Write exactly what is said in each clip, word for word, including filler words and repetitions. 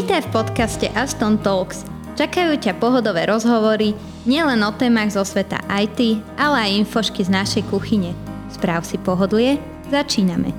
Vítaj v podcaste Aston Talks. Čakajú ťa pohodové rozhovory, nielen o témach zo sveta í té, ale aj infošky z našej kuchyne. Správ si pohodlie, začíname.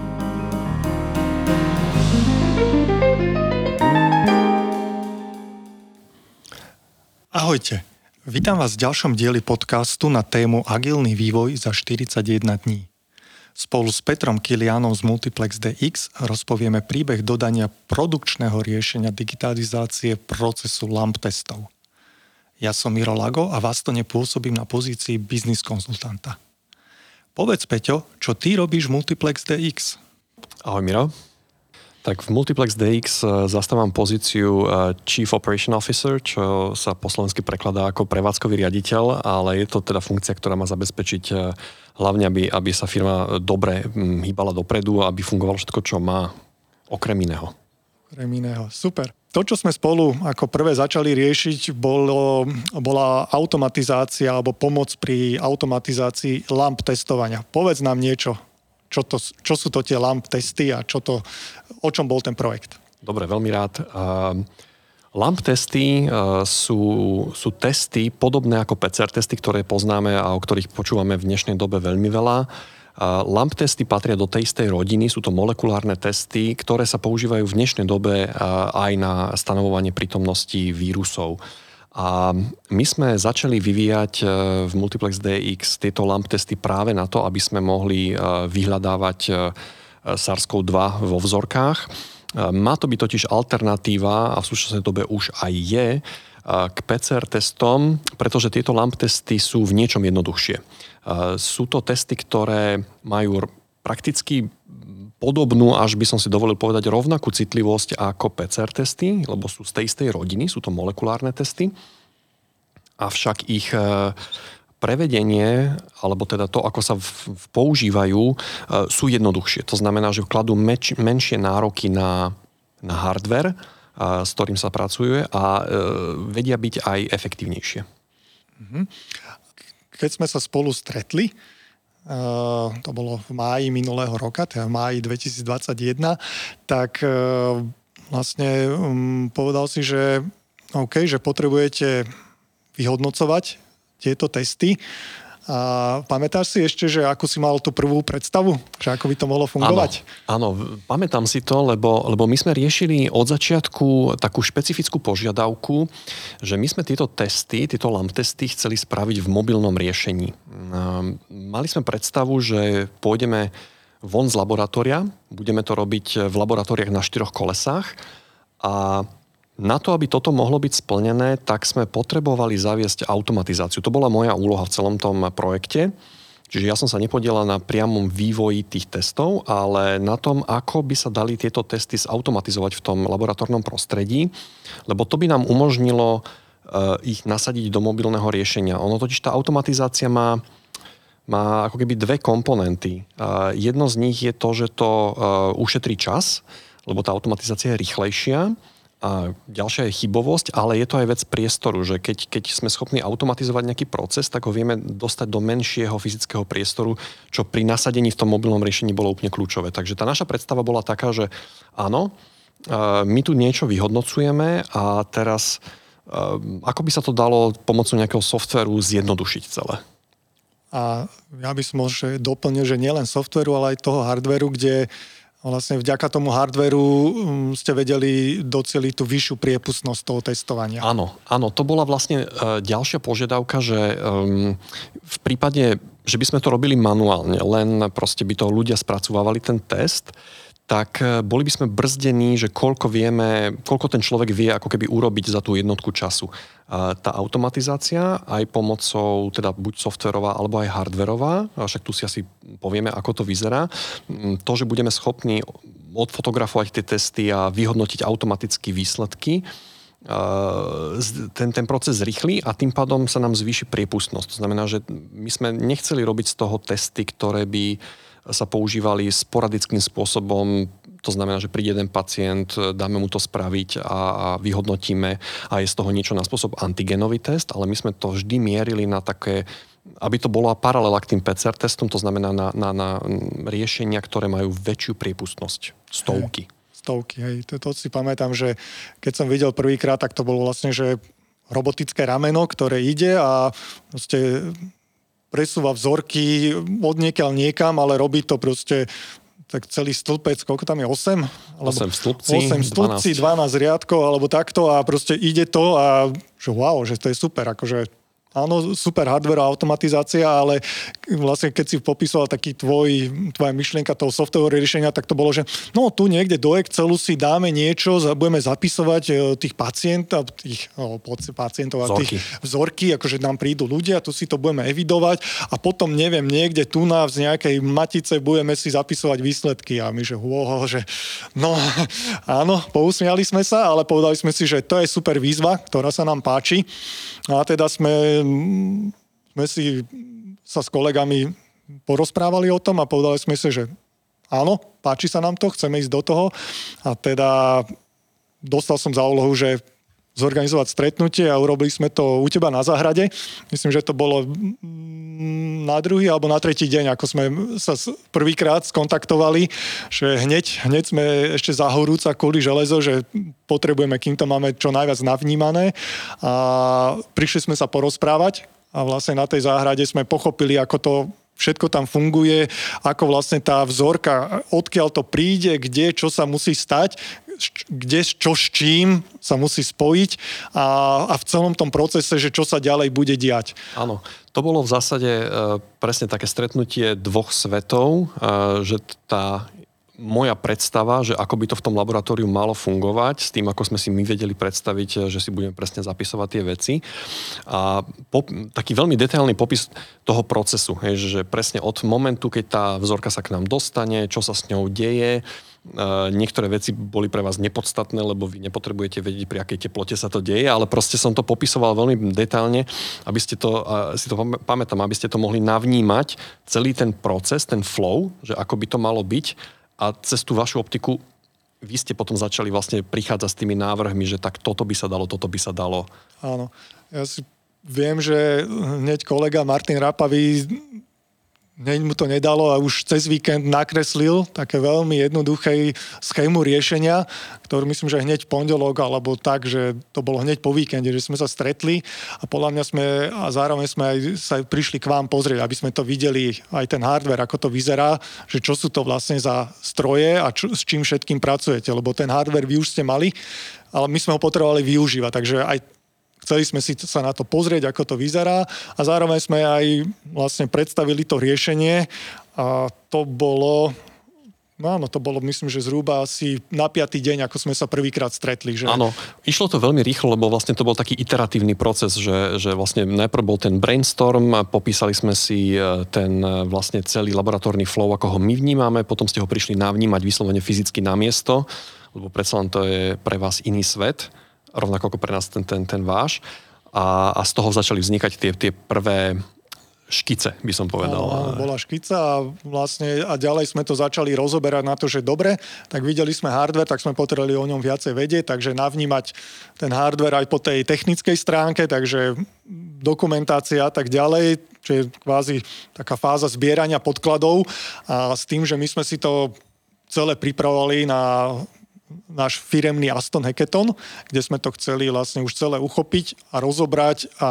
Ahojte, vítam vás v ďalšom dieli podcastu na tému Agilný vývoj za štyridsaťjeden dní. Spolu s Petrom Kilianom z Multiplex dé iks rozpovieme príbeh dodania produkčného riešenia digitalizácie procesu lamp testov. Ja som Miro Lago a vás to nepôsobím na pozícii biznis konzultanta. Povedz, Peťo, čo ty robíš v Multiplex dé iks? Ahoj, Miro. Tak v Multiplex dé iks zastávam pozíciu Chief Operation Officer, čo sa po slovensky prekladá ako prevádzkový riaditeľ, ale je to teda funkcia, ktorá má zabezpečiť hlavne, aby, aby sa firma dobre hýbala dopredu a aby fungovalo všetko, čo má okrem iného. Okrem iného, super. To, čo sme spolu ako prvé začali riešiť, bolo, bola automatizácia alebo pomoc pri automatizácii lamp testovania. Povedz nám niečo. Čo, to, čo sú to tie lamp testy a čo to, o čom bol ten projekt? Dobre, veľmi rád. Uh, lamp testy uh, sú, sú testy podobné ako pé cé er testy, ktoré poznáme a o ktorých počúvame v dnešnej dobe veľmi veľa. Uh, lamp testy patria do tej istej rodiny, sú to molekulárne testy, ktoré sa používajú v dnešnej dobe uh, aj na stanovovanie prítomnosti vírusov. A my sme začali vyvíjať v Multiplex dé iks tieto lamp testy práve na to, aby sme mohli vyhľadávať SARS-kó dva vo vzorkách. Má to byť totiž alternatíva, a v súčasnej dobe už aj je, k pé cé er testom, pretože tieto lamp testy sú v niečom jednoduchšie. Sú to testy, ktoré majú prakticky podobnú, až by som si dovolil povedať, rovnakú citlivosť ako pé cé er testy, lebo sú z tej istej rodiny, sú to molekulárne testy. Avšak ich prevedenie, alebo teda to, ako sa v, v používajú, sú jednoduchšie. To znamená, že vkladú meč, menšie nároky na, na hardware, s ktorým sa pracuje a vedia byť aj efektívnejšie. Keď sme sa spolu stretli, Uh, to bolo v máji minulého roka, teda v máji dvetisícdvadsaťjeden, tak uh, vlastne um, povedal si, že OK, že potrebujete vyhodnocovať tieto testy. A pamätáš si ešte, že ako si mal tú prvú predstavu? Že ako by to mohlo fungovať? Áno, áno, pamätám si to, lebo, lebo my sme riešili od začiatku takú špecifickú požiadavku, že my sme tieto testy, tieto lamp testy chceli spraviť v mobilnom riešení. Mali sme predstavu, že pôjdeme von z laboratória, budeme to robiť v laboratóriách na štyroch kolesách a na to, aby toto mohlo byť splnené, tak sme potrebovali zaviesť automatizáciu. To bola moja úloha v celom tom projekte. Čiže ja som sa nepodielal na priamom vývoji tých testov, ale na tom, ako by sa dali tieto testy zautomatizovať v tom laboratórnom prostredí, lebo to by nám umožnilo uh, ich nasadiť do mobilného riešenia. Ono totiž tá automatizácia má, má ako keby dve komponenty. Uh, jedno z nich je to, že to uh, ušetrí čas, lebo tá automatizácia je rýchlejšia. A ďalšia je chybovosť, ale je to aj vec priestoru, že keď, keď sme schopní automatizovať nejaký proces, tak ho vieme dostať do menšieho fyzického priestoru, čo pri nasadení v tom mobilnom riešení bolo úplne kľúčové. Takže tá naša predstava bola taká, že áno, my tu niečo vyhodnocujeme a teraz ako by sa to dalo pomocou nejakého softvéru zjednodušiť celé. A ja by som možno doplnil, že nielen softvéru, ale aj toho hardvéru, kde vlastne vďaka tomu hardvéru ste vedeli doceliť tú vyššiu priepustnosť toho testovania. Áno, áno, to bola vlastne uh, ďalšia požiadavka, že um, v prípade, že by sme to robili manuálne, len proste by to ľudia spracovávali ten test, tak boli by sme brzdení, že koľko vieme, koľko ten človek vie ako keby urobiť za tú jednotku času. A tá automatizácia aj pomocou, teda buď softverová alebo aj hardverová, však tu si asi povieme, ako to vyzerá, to, že budeme schopní odfotografovať tie testy a vyhodnotiť automaticky výsledky, ten, ten proces zrýchli a tým pádom sa nám zvýši priepustnosť. To znamená, že my sme nechceli robiť z toho testy, ktoré by sa používali sporadickým spôsobom. To znamená, že príde jeden pacient, dáme mu to spraviť a, a vyhodnotíme a je z toho niečo na spôsob antigenový test, ale my sme to vždy mierili na také, aby to bola paralela k tým pé cé er testom, to znamená na, na, na riešenia, ktoré majú väčšiu priepustnosť. Stovky. Stovky, hej. To, to si pamätám, že keď som videl prvýkrát, tak to bolo vlastne, že robotické rameno, ktoré ide a proste presúva vzorky od niekiaľ niekam, ale robí to proste tak celý stĺpec, koľko tam je, osem? Alebo osem stĺpci, osem stĺpci, dvanásť riadkov, alebo takto a proste ide to a že wow, že to je super, akože áno, super hardware a automatizácia, ale vlastne keď si popisoval taký tvoj, tvoja myšlienka toho software riešenia, tak to bolo, že no tu niekde do Excelu si dáme niečo, budeme zapisovať tých pacientov, tých no, pacientov a tých vzorky, akože nám prídu ľudia, tu si to budeme evidovať a potom neviem, niekde tu na z nejakej matice budeme si zapisovať výsledky a my, že wow, že no áno, pousmiali sme sa, ale povedali sme si, že to je super výzva, ktorá sa nám páči a teda sme sme si sa s kolegami porozprávali o tom a povedali sme si, že áno, páči sa nám to, chceme ísť do toho a teda dostal som za úlohu, že zorganizovať stretnutie a urobili sme to u teba na záhrade. Myslím, že to bolo na druhý alebo na tretí deň, ako sme sa prvýkrát skontaktovali, že hneď, hneď sme ešte za horúca kuli železo, že potrebujeme, kým to máme čo najviac navnímané a prišli sme sa porozprávať a vlastne na tej záhrade sme pochopili, ako to všetko tam funguje, ako vlastne tá vzorka, odkiaľ to príde, kde, čo sa musí stať, kde, čo s čím sa musí spojiť a, a v celom tom procese, že čo sa ďalej bude diať. Áno, to bolo v zásade e, presne také stretnutie dvoch svetov, e, že tá moja predstava, že ako by to v tom laboratóriu malo fungovať, s tým, ako sme si my vedeli predstaviť, že si budeme presne zapisovať tie veci. A pop, taký veľmi detailný popis toho procesu, hej, že presne od momentu, keď tá vzorka sa k nám dostane, čo sa s ňou deje. Niektoré veci boli pre vás nepodstatné, lebo vy nepotrebujete vedieť, pri akej teplote sa to deje, ale proste som to popisoval veľmi detailne, aby ste to, si to pamätám, aby ste to mohli navnímať, celý ten proces, ten flow, že ako by to malo byť. A cez tú vašu optiku vy ste potom začali vlastne prichádzať s tými návrhmi, že tak toto by sa dalo, toto by sa dalo. Áno. Ja si viem, že hneď kolega Martin Rápavý hneď mu to nedalo a už cez víkend nakreslil také veľmi jednoduché schému riešenia, ktorú myslím, že hneď v pondelok alebo tak, že to bolo hneď po víkende, že sme sa stretli a podľa mňa sme a zároveň sme aj sa prišli k vám pozrieť, aby sme to videli, aj ten hardware, ako to vyzerá, že čo sú to vlastne za stroje a čo, s čím všetkým pracujete, lebo ten hardware vy už ste mali, ale my sme ho potrebovali využívať, takže aj chceli sme si sa na to pozrieť, ako to vyzerá a zároveň sme aj vlastne predstavili to riešenie a to bolo, no áno, to bolo myslím, že zhruba asi na piatý deň, ako sme sa prvýkrát stretli. Že... Áno, išlo to veľmi rýchlo, lebo vlastne to bol taký iteratívny proces, že, že vlastne najprv bol ten brainstorm, popísali sme si ten vlastne celý laboratórny flow, ako ho my vnímame, potom ste ho prišli navnímať vyslovene fyzicky na miesto, lebo predsa len to je pre vás iný svet, rovnako ako pre nás ten, ten, ten váš. A, a z toho začali vznikať tie, tie prvé škice, by som povedal. Áno, bola škica a vlastne a ďalej sme to začali rozoberať na to, že dobre, tak videli sme hardware, tak sme potrebovali o ňom viacej vedieť, takže navnímať ten hardware aj po tej technickej stránke, takže dokumentácia a tak ďalej, čo je kvázi taká fáza zbierania podkladov a s tým, že my sme si to celé pripravovali na náš firemný Aston Hackathon, kde sme to chceli vlastne už celé uchopiť a rozobrať a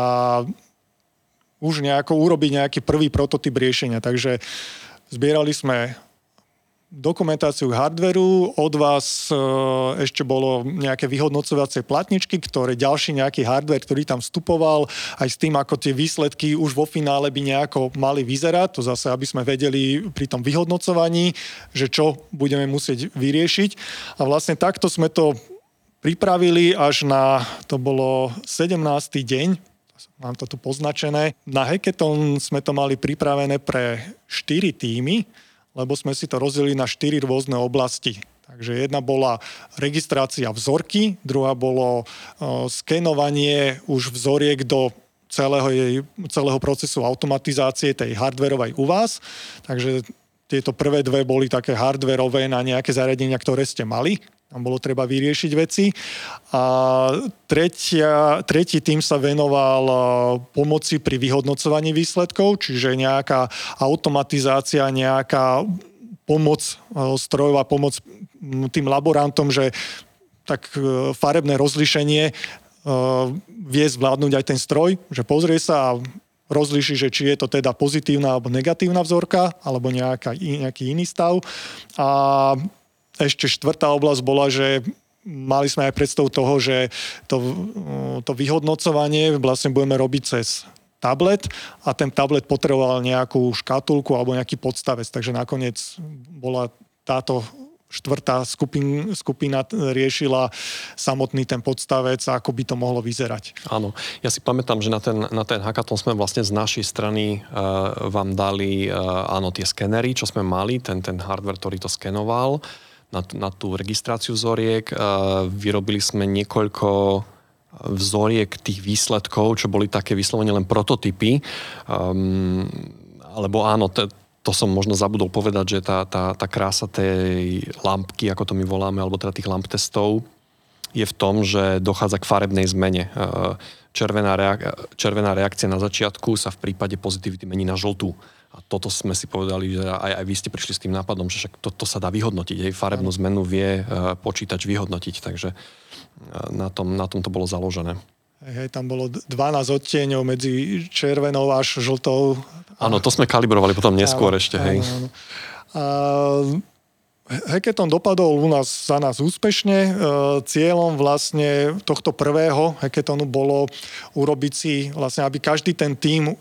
už nejako urobiť nejaký prvý prototyp riešenia. Takže zbierali sme dokumentáciu hardveru, od vás e, ešte bolo nejaké vyhodnocovacie platničky, ktoré ďalší nejaký hardware, ktorý tam vstupoval, aj s tým, ako tie výsledky už vo finále by nejako mali vyzerať, to zase, aby sme vedeli pri tom vyhodnocovaní, že čo budeme musieť vyriešiť. A vlastne takto sme to pripravili až na, to bolo sedemnásty deň, mám to tu poznačené. Na hackathon sme to mali pripravené pre štyri tímy, lebo sme si to rozdelili na štyri rôzne oblasti. Takže jedna bola registrácia vzorky, druhá bolo uh, skenovanie už vzoriek do celého, jej, celého procesu automatizácie tej hardwareovej u vás. Takže tieto prvé dve boli také hardwareové na nejaké zariadenia, ktoré ste mali. Tam bolo treba vyriešiť veci. A tretia, tretí tím sa venoval pomoci pri vyhodnocovaní výsledkov, čiže nejaká automatizácia, nejaká pomoc strojov a pomoc tým laborantom, že tak farebné rozlíšenie vie zvládnuť aj ten stroj, že pozrie sa a rozlíši, že či je to teda pozitívna alebo negatívna vzorka, alebo nejaká, nejaký iný stav. A ešte štvrtá oblasť bola, že mali sme aj predstavu toho, že to, to vyhodnocovanie vlastne budeme robiť cez tablet a ten tablet potreboval nejakú škatulku alebo nejaký podstavec, takže nakoniec bola táto štvrtá skupin, skupina riešila samotný ten podstavec a ako by to mohlo vyzerať. Áno, ja si pamätám, že na ten, na ten hackathon sme vlastne z našej strany uh, vám dali uh, áno, tie skenery, čo sme mali, ten, ten hardware, ktorý to skenoval na, na tú registráciu vzoriek. Uh, vyrobili sme niekoľko vzoriek tých výsledkov, čo boli také vyslovene len prototypy. Um, alebo áno, t- to som možno zabudol povedať, že tá, tá, tá krása tej lampky, ako to my voláme, alebo teda tých lamp testov, je v tom, že dochádza k farebnej zmene. Červená, reak- červená reakcia na začiatku sa v prípade pozitivity mení na žltú. A toto sme si povedali, že aj, aj vy ste prišli s tým nápadom, že však to, to sa dá vyhodnotiť. Jej farebnú zmenu vie počítač vyhodnotiť, takže na tom, na tom to bolo založené. Hej, tam bolo dvanásť odtieňov medzi červenou až žltou. Áno, to sme kalibrovali potom neskôr áno, ešte, hej. Áno, áno. A hackathon dopadol u nás za nás úspešne. Cieľom vlastne tohto prvého hackathonu bolo urobiť si, vlastne, aby každý ten tím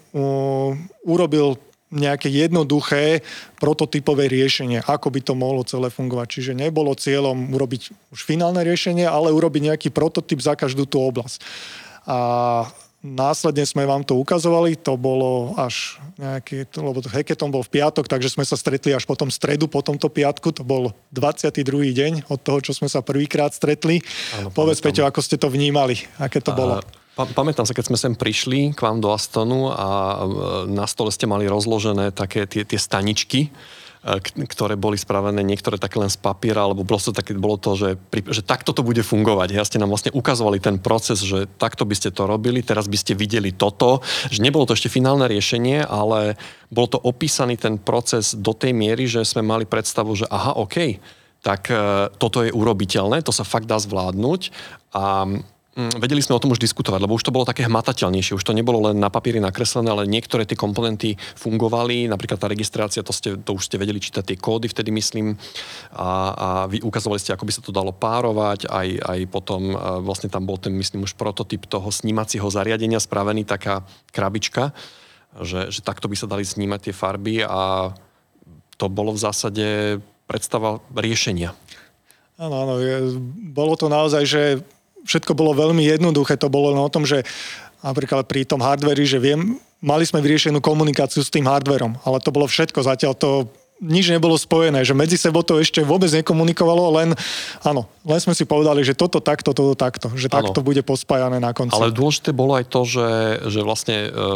urobil nejaké jednoduché prototypové riešenie, ako by to mohlo celé fungovať. Čiže nebolo cieľom urobiť už finálne riešenie, ale urobiť nejaký prototyp za každú tú oblasť. A následne sme vám to ukazovali, to bolo až nejaký, lebo hackathon bol v piatok, takže sme sa stretli až potom stredu, po tomto piatku, to bol dvadsiaty druhý deň od toho, čo sme sa prvýkrát stretli. Áno, povedz, Peťo, ako ste to vnímali, aké to bolo? Pamätám sa, keď sme sem prišli k vám do Astonu a na stole ste mali rozložené také tie, tie staničky, ktoré boli spravené niektoré také len z papiera, alebo proste také bolo to, že, že takto to bude fungovať. Ja ste nám vlastne ukazovali ten proces, že takto by ste to robili, teraz by ste videli toto, že nebolo to ešte finálne riešenie, ale bol to opísaný ten proces do tej miery, že sme mali predstavu, že aha, OK, tak toto je urobiteľné, to sa fakt dá zvládnuť a vedeli sme o tom už diskutovať, lebo už to bolo také hmatateľnejšie. Už to nebolo len na papieri nakreslené, ale niektoré tie komponenty fungovali. Napríklad tá registrácia, to, ste, to už ste vedeli čítať tie kódy vtedy, myslím. A, a vy ukazovali ste, ako by sa to dalo párovať. Aj, aj potom vlastne tam bol ten, myslím, už prototyp toho snímacieho zariadenia spravený, taká krabička, že, že takto by sa dali snímať tie farby a to bolo v zásade predstava riešenia. Áno, áno. Bolo to naozaj, že všetko bolo veľmi jednoduché. To bolo len o tom, že napríklad pri tom hardveri, že viem, mali sme vyriešenú komunikáciu s tým hardverom, ale to bolo všetko. Zatiaľ to nič nebolo spojené, že medzi sebou to ešte vôbec nekomunikovalo, len áno, len sme si povedali, že toto takto, toto takto, že áno, takto bude pospájané na konci. Ale dôležité bolo aj to, že, že vlastne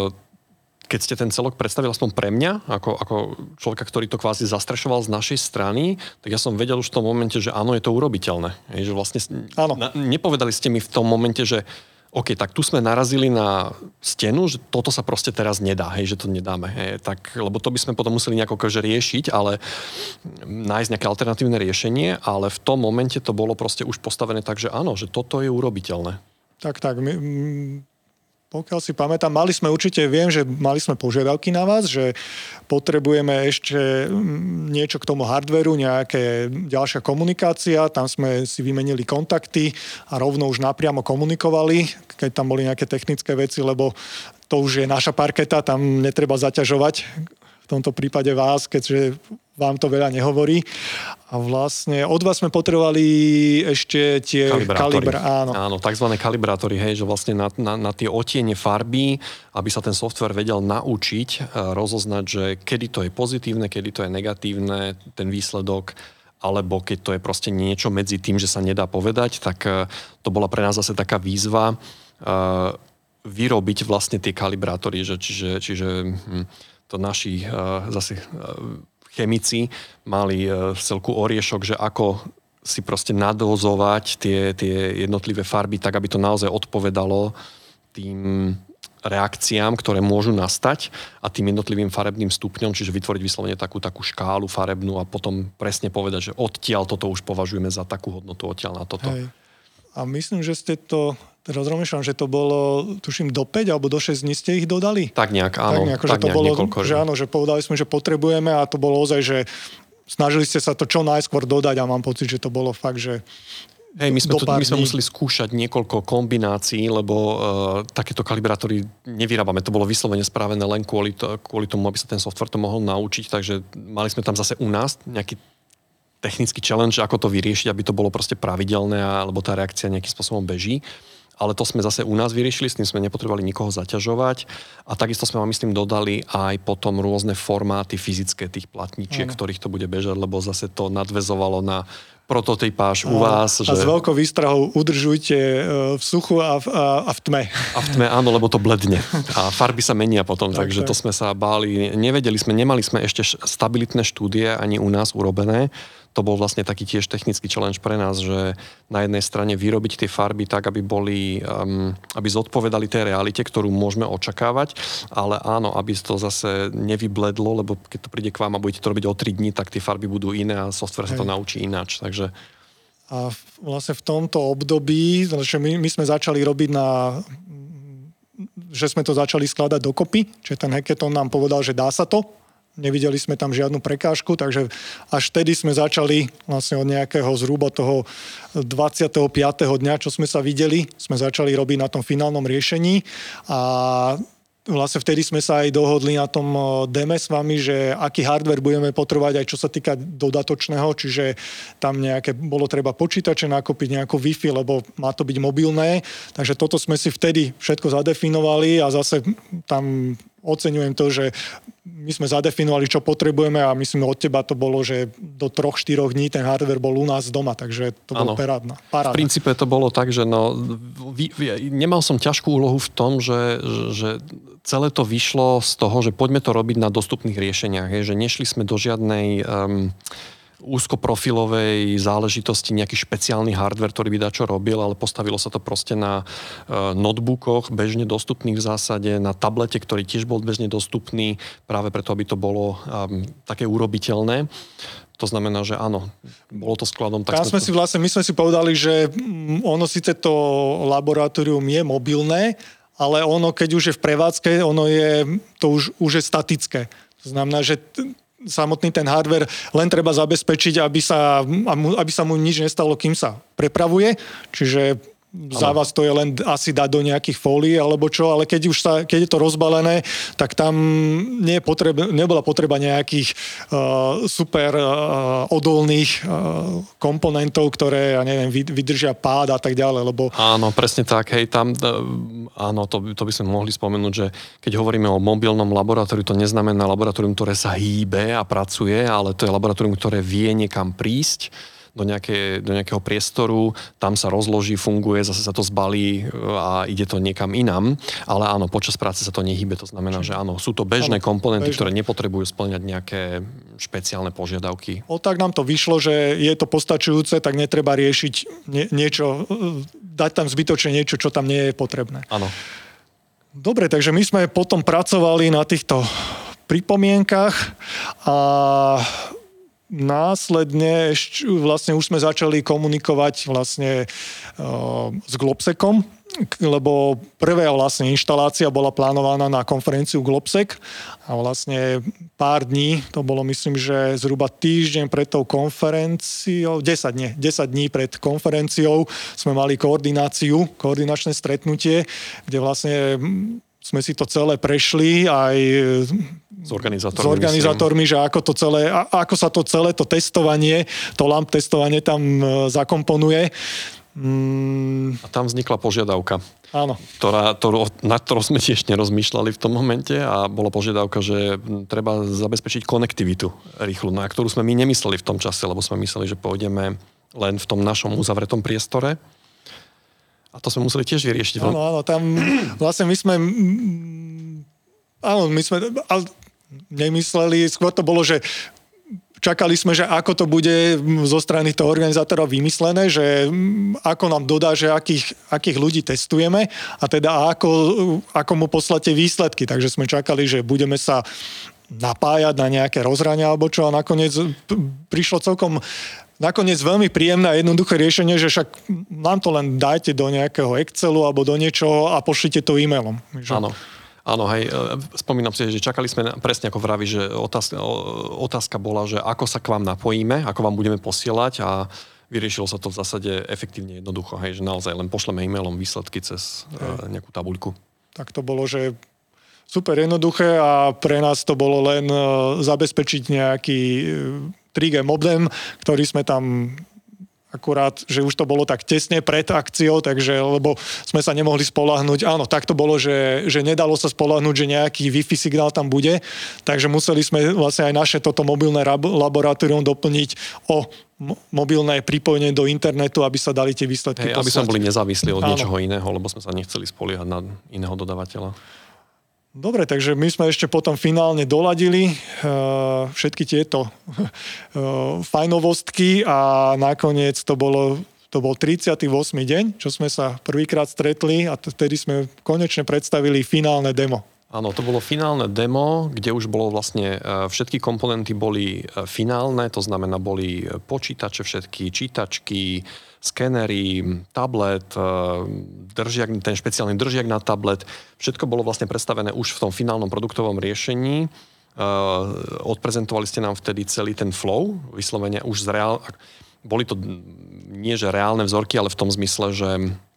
keď ste ten celok predstavili aspoň pre mňa, ako, ako človeka, ktorý to kvázi zastrešoval z našej strany, tak ja som vedel už v tom momente, že áno, je to urobiteľné. Hej, že vlastne na, nepovedali ste mi v tom momente, že OK, tak tu sme narazili na stenu, že toto sa proste teraz nedá, hej, že to nedáme. Hej, tak, lebo to by sme potom museli nejako akože riešiť, ale nájsť nejaké alternatívne riešenie, ale v tom momente to bolo proste už postavené tak, že áno, že toto je urobiteľné. Tak, tak. My, pokiaľ si pamätám, mali sme určite, viem, že mali sme požiadavky na vás, že potrebujeme ešte niečo k tomu hardveru, nejaké ďalšia komunikácia, tam sme si vymenili kontakty a rovno už napriamo komunikovali, keď tam boli nejaké technické veci, lebo to už je naša parketa, tam netreba zaťažovať v tomto prípade vás, keďže vám to veľa nehovorí. A vlastne od vás sme potrebovali ešte tie kalibrátory. Áno. Áno, takzvané kalibrátory, hej, že vlastne na, na, na tie odtiene farby, aby sa ten software vedel naučiť, rozoznať, že kedy to je pozitívne, kedy to je negatívne, ten výsledok, alebo keď to je proste niečo medzi tým, že sa nedá povedať, tak to bola pre nás zase taká výzva uh, vyrobiť vlastne tie kalibrátory, že, čiže, čiže hm, to naši uh, zase uh, chemici mali v celku oriešok, že ako si proste nadozovať tie, tie jednotlivé farby tak, aby to naozaj odpovedalo tým reakciám, ktoré môžu nastať a tým jednotlivým farebným stupňom, čiže vytvoriť vyslovene takú, takú škálu farebnú a potom presne povedať, že odtiaľ toto už považujeme za takú hodnotu, odtiaľ na toto. Hej. A myslím, že ste to, teraz rozmýšľam, že to bolo, tuším, do päť alebo do šesť dní ste ich dodali? Tak nejak, áno. Tak nejako, tak že to nejak bolo, niekoľko, že áno, že povedali sme, že potrebujeme a to bolo ozaj, že snažili ste sa to čo najskôr dodať a mám pocit, že to bolo fakt, že Hej, my sme, to, my sme museli skúšať niekoľko kombinácií, lebo uh, takéto kalibrátory nevyrábame. To bolo vyslovene spravené len kvôli, to, kvôli tomu, aby sa ten software to mohol naučiť. Takže mali sme tam zase u nás nejaký technický challenge, ako to vyriešiť, aby to bolo proste pravidelné, alebo tá reakcia nejakým spôsobom beží. Ale to sme zase u nás vyriešili, s tým sme nepotrebovali nikoho zaťažovať. A takisto sme vám, myslím, dodali aj potom rôzne formáty fyzické tých platničiek, ano. Ktorých to bude bežať, lebo zase to nadväzovalo na prototypáž u vás. A že... s veľkou výstrahou udržujte v suchu a v, a, a v tme. A v tme, áno, lebo to bledne. A farby sa menia potom, tak, takže tak. To sme sa báli. Nevedeli sme, nemali sme ešte stabilitné štúdie ani u nás urobené. To bol vlastne taký tiež technický challenge pre nás, že na jednej strane vyrobiť tie farby tak, aby boli, um, aby zodpovedali tej realite, ktorú môžeme očakávať, ale áno, aby to zase nevybledlo, lebo keď to príde k vám a budete to robiť o tri dni, tak tie farby budú iné a software Hej. sa to naučí ináč. Takže... A vlastne v tomto období, my, my sme začali robiť na že sme to začali skladať dokopy, čiže ten hackathon nám povedal, že dá sa to. Nevideli sme tam žiadnu prekážku, takže až vtedy sme začali vlastne od nejakého zhruba toho dvadsiateho piateho dňa, čo sme sa videli, sme začali robiť na tom finálnom riešení a vlastne vtedy sme sa aj dohodli na tom deme s vami, že aký hardware budeme potrebovať aj čo sa týka dodatočného, čiže tam nejaké, bolo treba počítače nakúpiť, nejakú Wi-Fi, lebo má to byť mobilné, takže toto sme si vtedy všetko zadefinovali a zase tam oceňujem to, že my sme zadefinovali, čo potrebujeme a myslím, od teba to bolo, že do troch štyroch dní ten hardware bol u nás doma, takže to bolo parádna. V princípe to bolo tak, že no, vy, vy, nemal som ťažkú úlohu v tom, že, že celé to vyšlo z toho, že poďme to robiť na dostupných riešeniach, je, že nešli sme do žiadnej um, úzkoprofilovej záležitosti, nejaký špeciálny hardware, ktorý by dačo robil, ale postavilo sa to proste na uh, notebookoch, bežne dostupných v zásade, na tablete, ktorý tiež bol bežne dostupný, práve preto, aby to bolo um, také urobiteľné. To znamená, že áno, bolo to skladom. Tak sme to... si vlastne, my sme si povedali, že ono síce to laboratórium je mobilné, ale ono, keď už je v prevádzke, ono je, to už, už je statické. To znamená, že t- samotný ten hardware len treba zabezpečiť, aby sa, aby sa mu nič nestalo, kým sa prepravuje. Čiže za vás to je len asi dať do nejakých fólií alebo čo, ale keď už sa, keď je to rozbalené, tak tam nie je potreba, nebola potreba nejakých uh, super uh, odolných uh, komponentov, ktoré, ja neviem, vydržia pád a tak ďalej, lebo... Áno, presne tak, hej, tam, áno, to, to by sme mohli spomenúť, že keď hovoríme o mobilnom laboratóriu, to neznamená laboratórium, ktoré sa hýbe a pracuje, ale to je laboratórium, ktoré vie niekam prísť, do, nejaké, do nejakého priestoru, tam sa rozloží, funguje, zase sa to zbalí a ide to niekam inám. Ale áno, počas práce sa to nehybe, to znamená, že áno, sú to bežné áno, komponenty, bežné. Ktoré nepotrebujú spĺňať nejaké špeciálne požiadavky. O tak nám to vyšlo, že je to postačujúce, tak netreba riešiť nie, niečo, dať tam zbytočne niečo, čo tam nie je potrebné. Áno. Dobre, takže my sme potom pracovali na týchto pripomienkach a následne ešte, vlastne už sme začali komunikovať vlastne uh, s Globsekom, lebo prvá vlastne inštalácia bola plánovaná na konferenciu Globsec a vlastne pár dní, to bolo myslím, že zhruba týždeň pred tou konferenciou, desať, nie, desať dní pred konferenciou sme mali koordináciu, koordinačné stretnutie, kde vlastne sme si to celé prešli aj s organizátormi, s organizátormi že ako, to celé, ako sa to celé, to testovanie, to lamp testovanie tam zakomponuje. Mm. A tam vznikla požiadavka, áno. Ktorá, ktorú, nad ktorou sme tiež nerozmýšľali v tom momente a bola požiadavka, že treba zabezpečiť konektivitu rýchlu, na ktorú sme my nemysleli v tom čase, lebo sme mysleli, že pôjdeme len v tom našom uzavretom priestore. A to sme museli tiež vyriešiť. Áno, áno, tam vlastne my sme áno, my sme ale nemysleli, skôr to bolo, že čakali sme, že ako to bude zo strany toho organizátora vymyslené, že ako nám dodá, že akých, akých ľudí testujeme a teda ako, ako mu poslate výsledky. Takže sme čakali, že budeme sa napájať na nejaké rozhrania alebo čo a nakoniec prišlo celkom nakoniec veľmi príjemné a jednoduché riešenie, že však nám to len dajte do nejakého Excelu alebo do niečoho a pošlite to e-mailom. Áno. Áno, hej, spomínam si, že čakali sme presne ako vraví, že otázka, otázka bola, že ako sa k vám napojíme, ako vám budeme posielať a vyriešilo sa to v zásade efektívne jednoducho, hej, že naozaj len pošleme e-mailom výsledky cez hej. nejakú tabuľku. Tak to bolo, že super jednoduché a pre nás to bolo len zabezpečiť nejaký tri G modem, ktorý sme tam akurát, že už to bolo tak tesne pred akciou, takže, lebo sme sa nemohli spoľahnúť. Áno, tak to bolo, že, že nedalo sa spoľahnúť, že nejaký Wi-Fi signál tam bude, takže museli sme vlastne aj naše toto mobilné laboratórium doplniť o mobilné pripojenie do internetu, aby sa dali tie výsledky poslať. Aby sme boli nezávislí od Áno. niečoho iného, lebo sme sa nechceli spoliehať na iného dodávateľa. Dobre, takže my sme ešte potom finálne doladili uh, všetky tieto uh, fajnovostky a nakoniec to bolo, to bol tridsiaty ôsmy deň, čo sme sa prvýkrát stretli a vtedy sme konečne predstavili finálne demo. Áno, to bolo finálne demo, kde už bolo vlastne, všetky komponenty boli finálne, to znamená, boli počítače, všetky čítačky, skenery, tablet, držiak, ten špeciálny držiak na tablet. Všetko bolo vlastne predstavené už v tom finálnom produktovom riešení. Odprezentovali ste nám vtedy celý ten flow, vyslovene už z reál... Boli to nie že reálne vzorky, ale v tom zmysle, že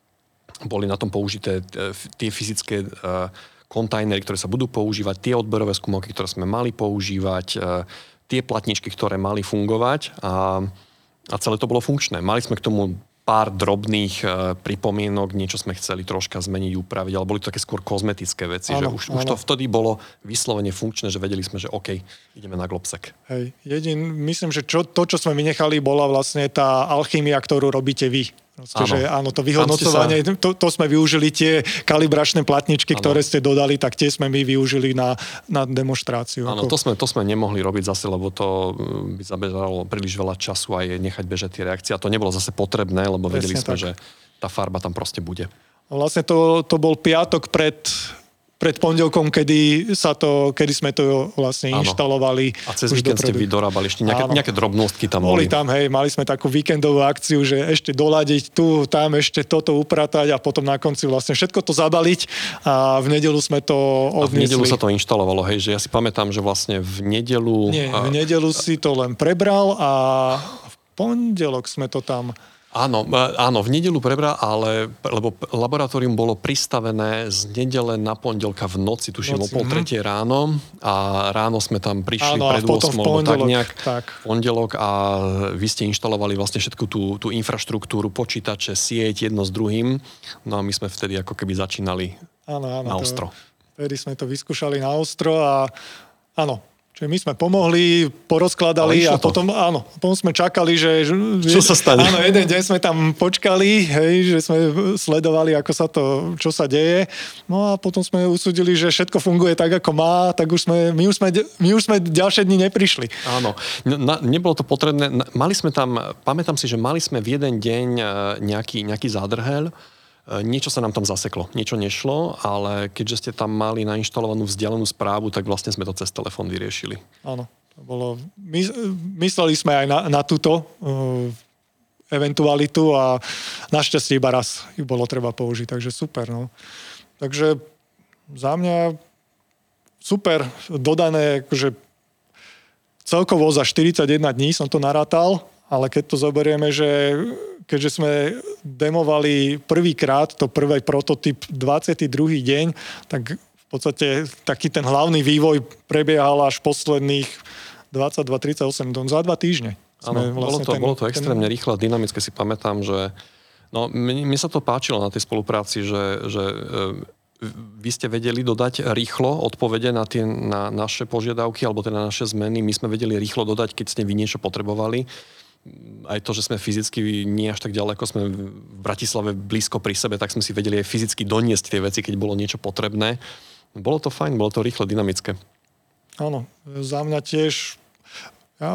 boli na tom použité tie fyzické kontajnery, ktoré sa budú používať, tie odberové skúmovky, ktoré sme mali používať, tie platničky, ktoré mali fungovať a, a celé to bolo funkčné. Mali sme k tomu pár drobných pripomienok, niečo sme chceli troška zmeniť, upraviť, ale boli to také skôr kozmetické veci, áno, že už, už to vtedy bolo vyslovene funkčné, že vedeli sme, že OK, ideme na Globsec. Hej, jedin, myslím, že čo, to, čo sme vynechali, bola vlastne tá alchymia, ktorú robíte vy. Proste, áno. Že áno, to vyhodnocovanie, sa... to, to sme využili tie kalibračné platničky, áno. ktoré ste dodali, tak tie sme my využili na, na demonstráciu. Áno, ako... to, sme, to sme nemohli robiť zase, lebo to by zabežalo príliš veľa času aj nechať bežať tie reakcie. A to nebolo zase potrebné, lebo Presne vedeli sme, tak. že tá farba tam proste bude. Vlastne to, to bol piatok pred... pred pondelkom, kedy, sa to, kedy sme to vlastne inštalovali. A cez víkend ste vy dorábali ešte nejaké, nejaké drobnostky tam boli. Boli tam, hej, mali sme takú víkendovú akciu, že ešte doladiť tu, tam ešte toto upratať a potom na konci vlastne všetko to zabaliť a v nedeľu sme to odniesli. A v nedeľu sa to inštalovalo, hej, že ja si pamätám, že vlastne v nedeľu... Nie, v nedeľu si to len prebral a v pondelok sme to tam... Áno, áno, v nedeľu prebral, ale lebo laboratórium bolo pristavené z nedele na pondelka v noci, tuším noci, o pol tretie ráno a ráno sme tam prišli áno, pred ôsmou, tak nejak tak. pondelok a vy ste inštalovali vlastne všetku tú, tú infraštruktúru, počítače, sieť jedno s druhým, no a my sme vtedy ako keby začínali áno, áno, na ostro. Vtedy sme to vyskúšali na ostro a áno, čiže my sme pomohli, porozkladali a potom, to. áno, potom sme čakali, že... Čo sa stane? Áno, jeden deň sme tam počkali, hej, že sme sledovali, ako sa to, čo sa deje. No a potom sme usúdili, že všetko funguje tak, ako má, tak už sme, my už sme, my už sme ďalšie dni neprišli. Áno, na, nebolo to potrebné. Mali sme tam, pamätám si, že mali sme v jeden deň nejaký, nejaký zádrhel. Niečo sa nám tam zaseklo, niečo nešlo, ale keďže ste tam mali nainštalovanú vzdialenú správu, tak vlastne sme to cez telefón vyriešili. Áno, to bolo... My, mysleli sme aj na, na túto uh, eventualitu a našťastie iba raz ju bolo treba použiť, takže super. No. Takže za mňa super dodané, že celkovo za štyridsaťjeden dní som to narátal, ale keď to zoberieme, že keďže sme demovali prvýkrát, to prvý prototyp dvadsiaty druhý deň, tak v podstate taký ten hlavný vývoj prebiehal až posledných dvadsaťdva tridsaťosem dom za dva týždne. Áno, vlastne bolo, to, ten, bolo to extrémne ten... rýchle a dynamické, si pamätám, že no, mne sa to páčilo na tej spolupráci, že, že vy ste vedeli dodať rýchlo odpovede na tie na naše požiadavky alebo teda na naše zmeny. My sme vedeli rýchlo dodať, keď ste vy niečo potrebovali. Aj to, že sme fyzicky nie až tak ďaleko, sme v Bratislave blízko pri sebe, tak sme si vedeli aj fyzicky doniesť tie veci, keď bolo niečo potrebné. Bolo to fajn, bolo to rýchle, dynamické. Áno, za mňa tiež... Ja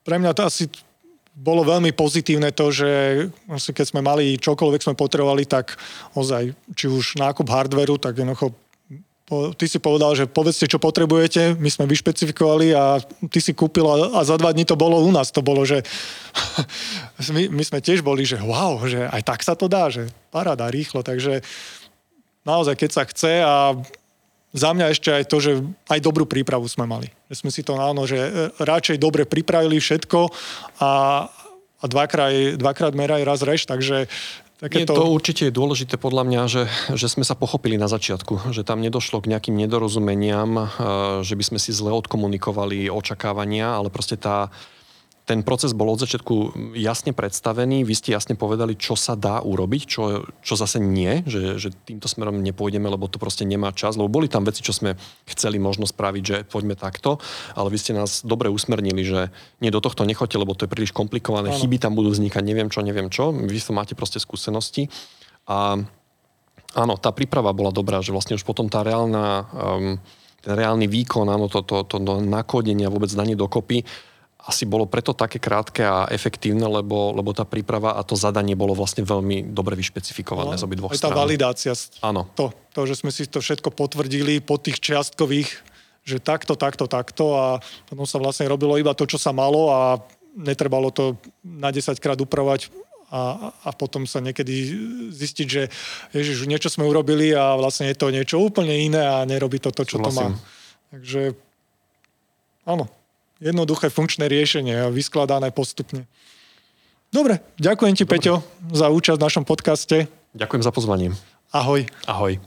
pre mňa to asi bolo veľmi pozitívne to, že keď sme mali čokoľvek sme potrebovali, tak ozaj, či už nákup hardveru, tak jednoducho ty si povedal, že povedzte, čo potrebujete, my sme vyšpecifikovali a ty si kúpil a, a za dva dní to bolo u nás. To bolo, že my, my sme tiež boli, že wow, že aj tak sa to dá, že paráda, rýchlo. Takže naozaj, keď sa chce a za mňa ešte aj to, že aj dobrú prípravu sme mali. Že sme si to áno, že radšej dobre pripravili všetko a, a dvakrát, dvakrát meraj, raz reš, takže Nie, to... to určite je dôležité podľa mňa, že, že sme sa pochopili na začiatku, že tam nedošlo k nejakým nedorozumeniam, že by sme si zle odkomunikovali očakávania, ale proste tá, ten proces bol od začiatku jasne predstavený, vy ste jasne povedali, čo sa dá urobiť, čo, čo zase nie, že, že týmto smerom nepôjdeme, lebo to proste nemá čas, lebo boli tam veci, čo sme chceli možno spraviť, že poďme takto, ale vy ste nás dobre usmernili, že nie, do tohto nechoďte, lebo to je príliš komplikované, ano. Chyby tam budú vznikať, neviem čo, neviem čo, vy to máte proste skúsenosti a áno, tá príprava bola dobrá, že vlastne už potom tá reálna, um, ten reálny výkon, áno, to, to, to nakódenie a vôbec danie dokopy asi bolo preto také krátke a efektívne, lebo, lebo tá príprava a to zadanie bolo vlastne veľmi dobre vyšpecifikované no, z obidvoch strán. Aj tá validácia. Áno. To, to, že sme si to všetko potvrdili po tých čiastkových, že takto, takto, takto a potom sa vlastne robilo iba to, čo sa malo a netrebalo to na desaťkrát upravovať a, a potom sa niekedy zistiť, že ježiš, niečo sme urobili a vlastne je to niečo úplne iné a nerobí to to, čo Súhlasím. To má. Takže áno. Jednoduché funkčné riešenie a vyskladané postupne. Dobre, ďakujem ti, Dobre. Peťo, za účasť v našom podcaste. Ďakujem za pozvanie. Ahoj. Ahoj.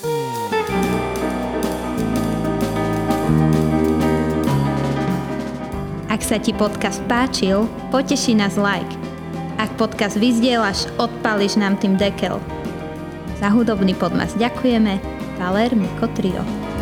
Ak sa ti podcast páčil, poteší nás like. Ak podcast vyzdieľaš, odpáliš nám tým dekel. Za hudobný podmas ďakujeme. Palermico Trio.